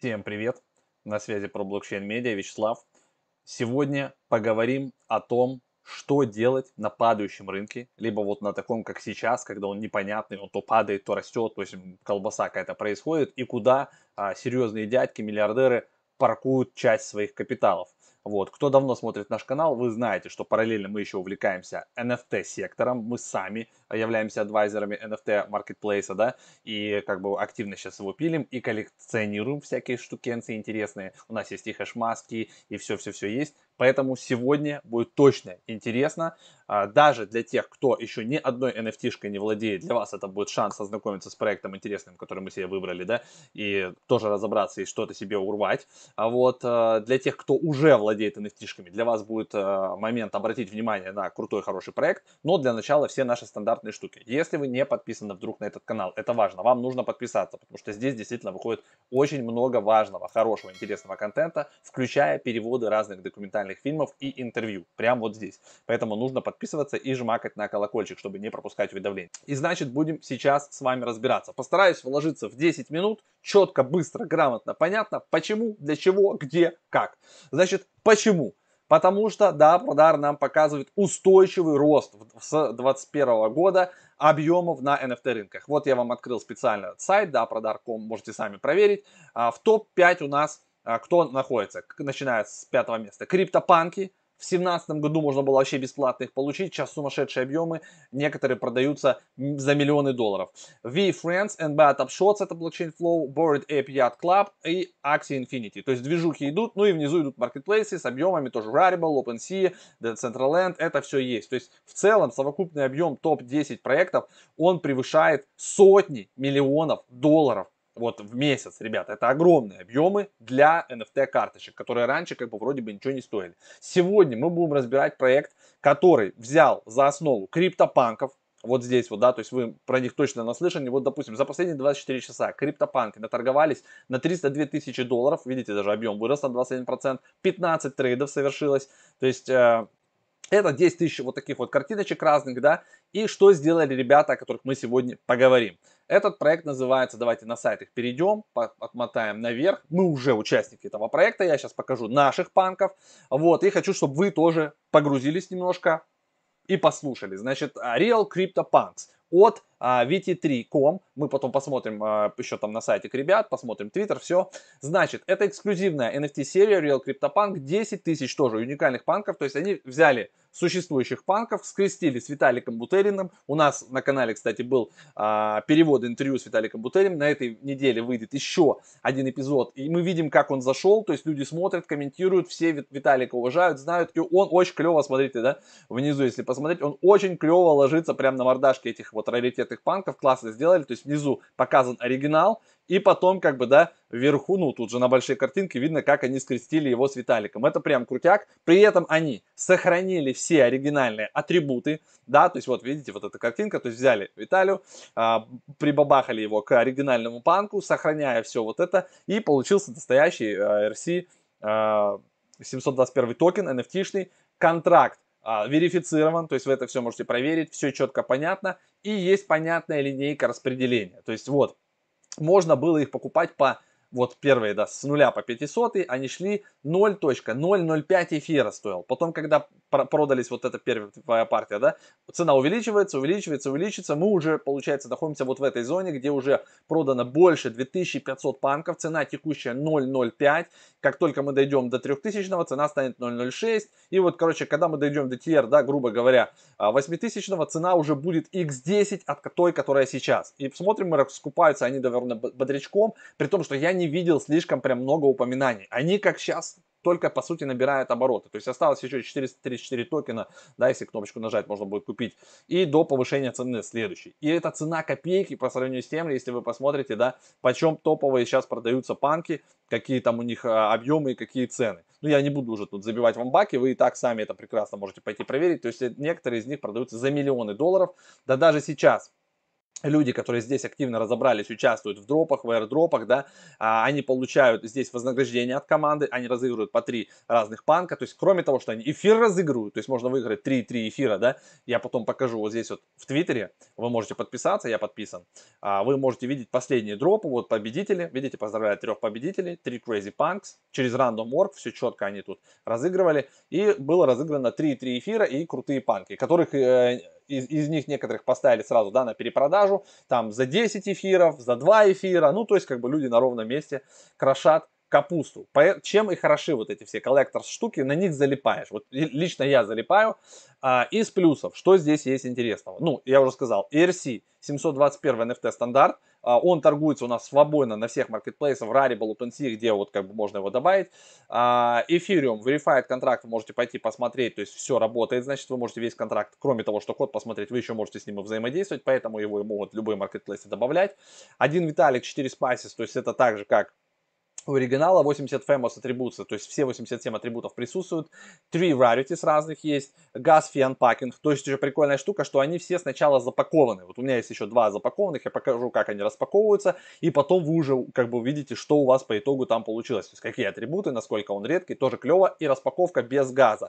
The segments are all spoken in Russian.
Всем привет! На связи про блокчейн медиа Вячеслав. Сегодня поговорим о том, что делать на падающем рынке, либо вот на таком, как сейчас, когда он непонятный, он то падает, то растет, то есть колбаса какая-то происходит, и куда серьезные дядьки, миллиардеры паркуют часть своих капиталов. Вот. Кто давно смотрит наш канал, вы знаете, что параллельно мы еще увлекаемся NFT-сектором. Мы сами являемся адвайзерами NFT маркетплейса, да, и как бы активно сейчас его пилим и коллекционируем всякие штукенции интересные. У нас есть и хэшмаски, и все-все-все есть. Поэтому сегодня будет точно интересно. Даже для тех, кто еще ни одной NFT-шкой не владеет, для вас это будет шанс ознакомиться с проектом интересным, который мы себе выбрали, да, и тоже разобраться и что-то себе урвать. Для тех, кто уже владеет NFT-шками, для вас будет момент обратить внимание на крутой, хороший проект. Но для начала все наши стандартные штуки. Если вы не подписаны вдруг на этот канал, это важно, вам нужно подписаться, потому что здесь действительно выходит очень много важного, хорошего, интересного контента, включая переводы разных документальных фильмов и интервью. Прямо вот здесь. Поэтому нужно подписываться и жмакать на колокольчик, чтобы не пропускать уведомления. И значит, будем сейчас с вами разбираться. Постараюсь вложиться в 10 минут, четко, быстро, грамотно, понятно, почему, для чего, где, как. Значит, почему? Потому что, да, Продар нам показывает устойчивый рост с 2021 года объемов на NFT рынках. Вот я вам открыл специально сайт, да, Prodar.com, можете сами проверить. В топ-5 у нас кто находится? Начиная с пятого места. Криптопанки. В 2017 году можно было вообще бесплатно их получить. Сейчас сумасшедшие объемы. Некоторые продаются за миллионы долларов. VFriends, NBA Top Shots, это Blockchain Flow, Bored Ape Yacht Club и Axie Infinity. То есть движухи идут, ну и внизу идут маркетплейсы с объемами тоже Rarible, OpenSea, Decentraland, это все есть. То есть в целом совокупный объем топ-10 проектов, он превышает сотни миллионов долларов. Вот в месяц, ребят, это огромные объемы для NFT карточек, которые раньше как бы вроде бы ничего не стоили. Сегодня мы будем разбирать проект, который взял за основу криптопанков, вот здесь вот, да, то есть вы про них точно наслышаны. Вот, допустим, за последние 24 часа криптопанки наторговались на 302 тысячи долларов. Видите, даже объем вырос на 21%. 15 трейдов совершилось. То есть это 10 тысяч вот таких вот картиночек разных, да. И что сделали ребята, о которых мы сегодня поговорим. Этот проект называется, давайте на сайт их перейдем, отмотаем наверх. Мы уже участники этого проекта, я сейчас покажу наших панков. Вот, и хочу, чтобы вы тоже погрузились немножко и послушали. Значит, Real CryptoPunks от VT3.com. Мы потом посмотрим еще там на сайте ребят, посмотрим Twitter, все. Значит, это эксклюзивная NFT-серия Real CryptoPunk. 10 тысяч тоже уникальных панков. То есть они взяли существующих панков, скрестили с Виталиком Бутериным. У нас на канале, кстати, был перевод интервью с Виталиком Бутериным. На этой неделе выйдет еще один эпизод. И мы видим, как он зашел. То есть люди смотрят, комментируют, все Виталика уважают, знают. И он очень клево, смотрите, да, внизу, если посмотреть, он очень клево ложится прямо на мордашке этих вот раритетных панков. Классно сделали. То есть внизу показан оригинал. И потом, как бы, да, вверху, ну, тут же на большой картинке видно, как они скрестили его с Виталиком. Это прям крутяк. При этом они сохранили все оригинальные атрибуты, да, то есть вот видите, вот эта картинка, то есть взяли Виталию, прибабахали его к оригинальному панку, сохраняя все вот это, и получился настоящий RC 721 токен, NFT-шный, контракт верифицирован, то есть вы это все можете проверить, все четко понятно, и есть понятная линейка распределения. То есть вот, можно было их покупать по, вот первые, да, с нуля по 500, они шли 0.005 эфира стоил. Потом, когда продались вот эта первая партия, да, цена увеличивается, увеличивается, увеличивается. Мы уже, получается, находимся вот в этой зоне, где уже продано больше 2500 панков. Цена текущая 0.05. Как только мы дойдем до 3000, цена станет 0.06. И вот, короче, когда мы дойдем до TR, да, грубо говоря, 8000, цена уже будет x10 от той, которая сейчас. И посмотрим, мы скупаются они довольно бодрячком, при том, что я не видел слишком прям много упоминаний. Они как сейчас только, по сути, набирают обороты. То есть осталось еще 434 токена, да, если кнопочку нажать, можно будет купить, и до повышения цены следующей. И эта цена копейки по сравнению с тем, если вы посмотрите, да, почем топовые сейчас продаются панки, какие там у них объемы и какие цены. Ну, я не буду уже тут забивать вам баки, вы и так сами это прекрасно можете пойти проверить. То есть некоторые из них продаются за миллионы долларов, да даже сейчас. люди, которые здесь активно разобрались, участвуют в дропах, в airdропах, да, они получают здесь вознаграждение от команды, они разыгрывают по 3 разных панка, то есть кроме того, что они эфир разыгрывают, то есть можно выиграть 3 эфира, да, я потом покажу вот здесь вот в Твиттере, вы можете подписаться, я подписан, вы можете видеть последние дропы, вот победители, видите, поздравляю 3 победителей, 3 Crazy Punks, через Random.org, все четко они тут разыгрывали, и было разыграно 3 эфира и крутые панки, которых из них некоторых поставили сразу, да, на перепродажу, там за 10 эфиров, за 2 эфира, ну, то есть, как бы люди на ровном месте крошат капусту. Чем и хороши вот эти все коллекторс штуки, на них залипаешь. Вот лично я залипаю. Из плюсов, что здесь есть интересного? Ну, я уже сказал, ERC 721 NFT стандарт, он торгуется у нас свободно на всех маркетплейсах, в Rarible, OpenSea, где вот как бы можно его добавить. Ethereum, Verified контракт, вы можете пойти посмотреть, то есть все работает, значит, вы можете весь контракт, кроме того, что код посмотреть, вы еще можете с ним взаимодействовать, поэтому его могут любые маркетплейсы добавлять. 1 Vitalik, 4 Spices, то есть это так же, как у оригинала 80 famous атрибуции, то есть все 87 атрибутов присутствуют. 3 rarities разных есть. Gas fee unpacking, то есть еще прикольная штука, что они все сначала запакованы. Вот у меня есть еще 2 запакованных, я покажу, как они распаковываются, и потом вы уже как бы увидите, что у вас по итогу там получилось. То есть какие атрибуты, насколько он редкий, тоже клево. И распаковка без газа.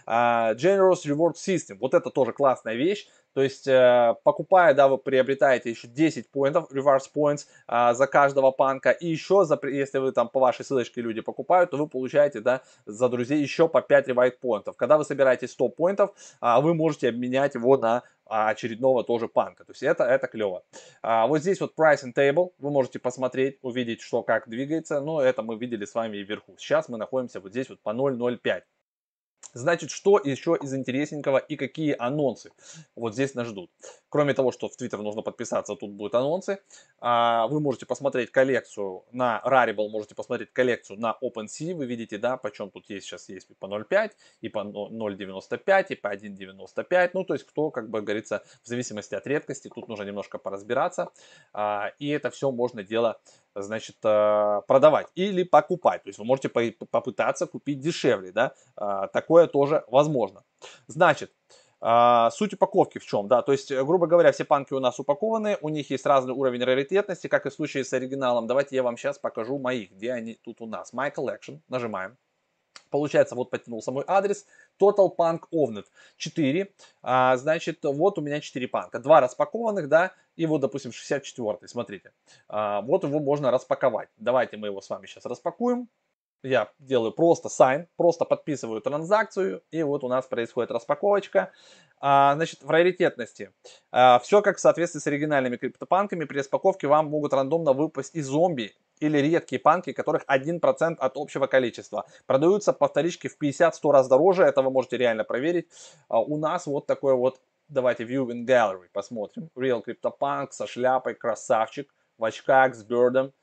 Generous Reward System, вот это тоже классная вещь. То есть, покупая, да, вы приобретаете еще 10 поинтов, reverse points за каждого панка. И еще, если вы там по вашей ссылочке люди покупают, то вы получаете, да, за друзей еще по 5 revive поинтов. Когда вы собираете 100 поинтов, вы можете обменять его на очередного тоже панка. То есть, это клево. Вот здесь вот price and table. Вы можете посмотреть, увидеть, что как двигается. Но это мы видели с вами и вверху. Сейчас мы находимся вот здесь вот по 0.05. Значит, что еще из интересненького и какие анонсы вот здесь нас ждут. Кроме того, что в Twitter нужно подписаться, тут будут анонсы. Вы можете посмотреть коллекцию на Rarible, можете посмотреть коллекцию на OpenSea. Вы видите, да, почем тут есть сейчас есть и по 0.5, и по 0.95, и по 1.95. Ну, то есть, кто, как бы говорится, в зависимости от редкости, тут нужно немножко поразбираться. И это все можно дело, значит, продавать или покупать. То есть, вы можете попытаться купить дешевле, да, такое тоже возможно. Значит, суть упаковки в чем, да, то есть, грубо говоря, все панки у нас упакованы, у них есть разный уровень раритетности, как и в случае с оригиналом. Давайте я вам сейчас покажу моих, где они тут у нас. My Collection, нажимаем. Получается, вот подтянулся мой адрес. Total Punk Ovnet 4. Значит, вот у меня 4 панка. 2 распакованных, да, и вот, допустим, 64. Смотрите. Вот его можно распаковать. Давайте мы его с вами сейчас распакуем. Я делаю просто sign, просто подписываю транзакцию, и вот у нас происходит распаковочка. Значит, в раритетности. Все как в соответствии с оригинальными криптопанками. При распаковке вам могут рандомно выпасть и зомби, или редкие панки, которых 1% от общего количества. Продаются по вторичке в 50-100 раз дороже, это вы можете реально проверить. У нас вот такой вот, давайте View in Gallery посмотрим. Real CryptoPunk со шляпой, красавчик, в очках, с бёрдом.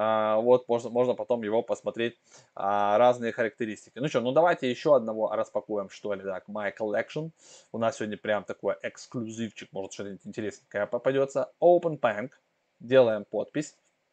Вот можно потом его посмотреть, разные характеристики. Ну что, ну давайте еще одного распакуем, что ли, так, My Collection. У нас сегодня прям такой эксклюзивчик, может что-нибудь интересненькое попадется. Open Punk, делаем подпись.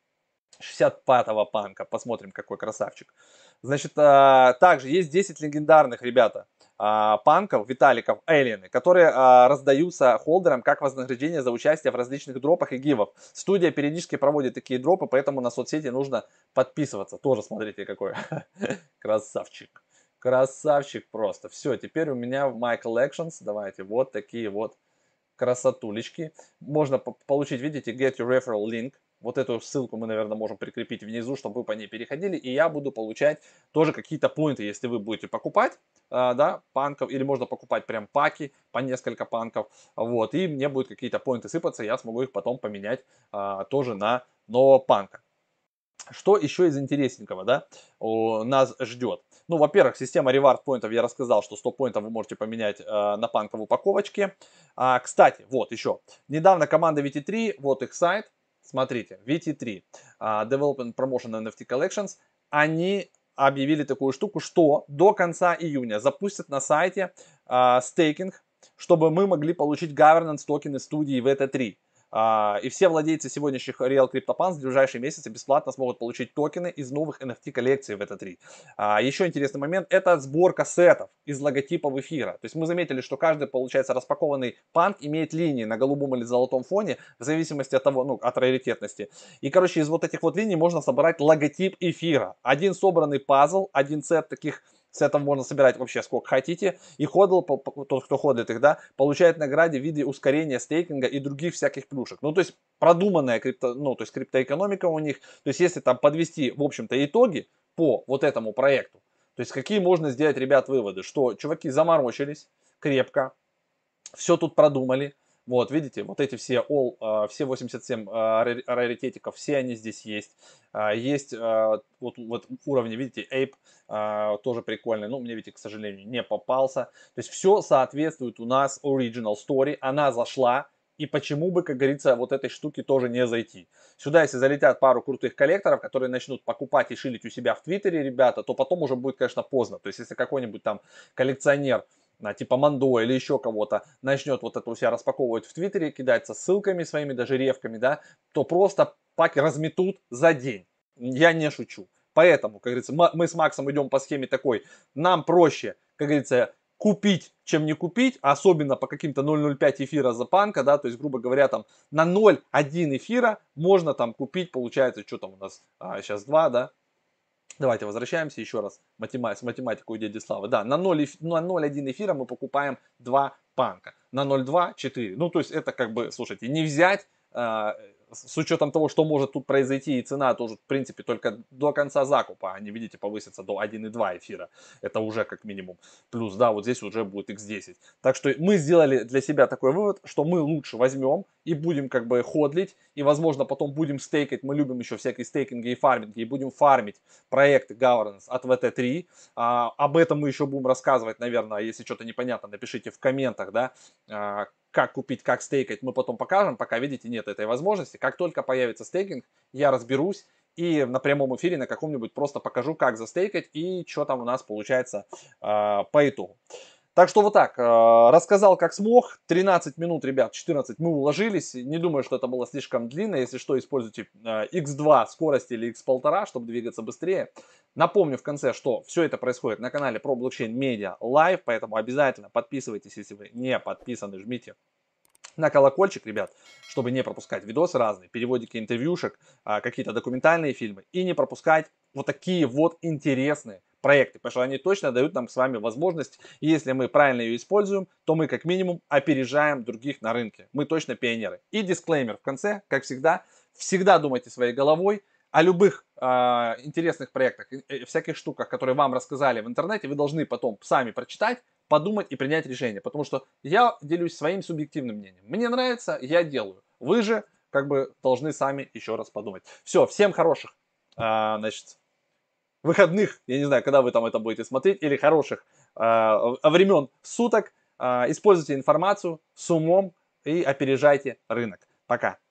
65-го панка. Посмотрим, какой красавчик. Значит, также есть 10 легендарных, ребята, панков, виталиков, эллины, которые раздаются холдерам как вознаграждение за участие в различных дропах и гивах. Студия периодически проводит такие дропы, поэтому на соцсети нужно подписываться. Тоже смотрите, какой красавчик. Красавчик просто. Все, теперь у меня в My Collections, давайте, вот такие вот красотулечки. Можно получить, видите, Get Your Referral Link. Вот эту ссылку мы, наверное, можем прикрепить внизу, чтобы вы по ней переходили. И я буду получать тоже какие-то поинты, если вы будете покупать, да, панков. Или можно покупать прям паки по несколько панков. Вот, и мне будут какие-то поинты сыпаться, я смогу их потом поменять тоже на нового панка. Что еще из интересненького, да, нас ждет? Ну, во-первых, система reward поинтов, я рассказал, что 100 поинтов вы можете поменять на панк в упаковочке. Кстати, вот еще, недавно команда VT3, вот их сайт, смотрите, VT3, Development Promotion NFT Collections, они объявили такую штуку, что до конца июня запустят на сайте стейкинг, чтобы мы могли получить governance токены студии VT3. И все владельцы сегодняшних Real CryptoPunks в ближайшие месяцы бесплатно смогут получить токены из новых NFT коллекций в VT3. Еще интересный момент — это сборка сетов из логотипов эфира. То есть мы заметили, что каждый, получается, распакованный панк имеет линии на голубом или золотом фоне, в зависимости от того, ну, от раритетности. И, короче, из вот этих вот линий можно собрать логотип эфира. Один собранный пазл, один сет таких сетов можно собирать вообще сколько хотите. И ходл, тот, кто ходит их, да, получает награды в виде ускорения стейкинга и других всяких плюшек. Ну, то есть продуманная то есть криптоэкономика у них. То есть если там подвести, в общем-то, итоги по вот этому проекту, то есть какие можно сделать, ребят, выводы, что чуваки заморочились крепко, все тут продумали. Вот, видите, вот эти все 87 раритетиков, все они здесь есть. Есть вот уровни, видите, Ape, тоже прикольный. Ну, мне, видите, к сожалению, не попался. То есть все соответствует у нас Original Story. Она зашла. И почему бы, как говорится, вот этой штуки тоже не зайти. Сюда, если залетят пару крутых коллекторов, которые начнут покупать и шилить у себя в Твиттере, ребята, то потом уже будет, конечно, поздно. То есть, если какой-нибудь там коллекционер, типа Мандо или еще кого-то, начнет вот это у себя распаковывать в Твиттере, кидаться ссылками своими, даже ревками, да, то просто паки разметут за день. Я не шучу. Поэтому, как говорится, мы с Максом идем по схеме такой. Нам проще, как говорится, купить, чем не купить, особенно по каким-то 0,05 эфира за панка, да, то есть, грубо говоря, там на 0,1 эфира можно там купить, получается, что там у нас, сейчас 2, да, давайте возвращаемся еще раз с математикой у дяди Славы. Да, на 0,1 эфира мы покупаем 2 панка. На 0,2 4. Ну, то есть это как бы, слушайте, не взять, с учетом того, что может тут произойти, и цена тоже, в принципе, только до конца закупа, а не, видите, повысится до 1,2 эфира. Это уже как минимум плюс, да, вот здесь уже будет x10. Так что мы сделали для себя такой вывод, что мы лучше возьмем и будем как бы ходлить, и, возможно, потом будем стейкать. Мы любим еще всякие стейкинги и фарминги, и будем фармить проекты governance от VT3. Об этом мы еще будем рассказывать, наверное, если что-то непонятно, напишите в комментах, да, как купить, как стейкать, мы потом покажем. Пока, видите, нет этой возможности. Как только появится стейкинг, я разберусь и на прямом эфире на каком-нибудь просто покажу, как застейкать и что там у нас получается по итогу. Так что вот так, рассказал как смог, 13 минут, ребят, 14 мы уложились, не думаю, что это было слишком длинно, если что, используйте x2 скорость или x1,5, чтобы двигаться быстрее. Напомню в конце, что все это происходит на канале про блокчейн Media Live, поэтому обязательно подписывайтесь, если вы не подписаны, жмите на колокольчик, ребят, чтобы не пропускать видосы разные, переводики интервьюшек, какие-то документальные фильмы и не пропускать вот такие вот интересные проекты, потому что они точно дают нам с вами возможность, и если мы правильно ее используем, то мы как минимум опережаем других на рынке. Мы точно пионеры. И дисклеймер в конце, как всегда думайте своей головой. О любых интересных проектах, всяких штуках, которые вам рассказали в интернете, вы должны потом сами прочитать, подумать и принять решение. Потому что я делюсь своим субъективным мнением. Мне нравится, я делаю. Вы же как бы должны сами еще раз подумать. Все, всем хороших, значит, выходных, я не знаю, когда вы там это будете смотреть, или хороших времен суток. Используйте информацию с умом и опережайте рынок. Пока.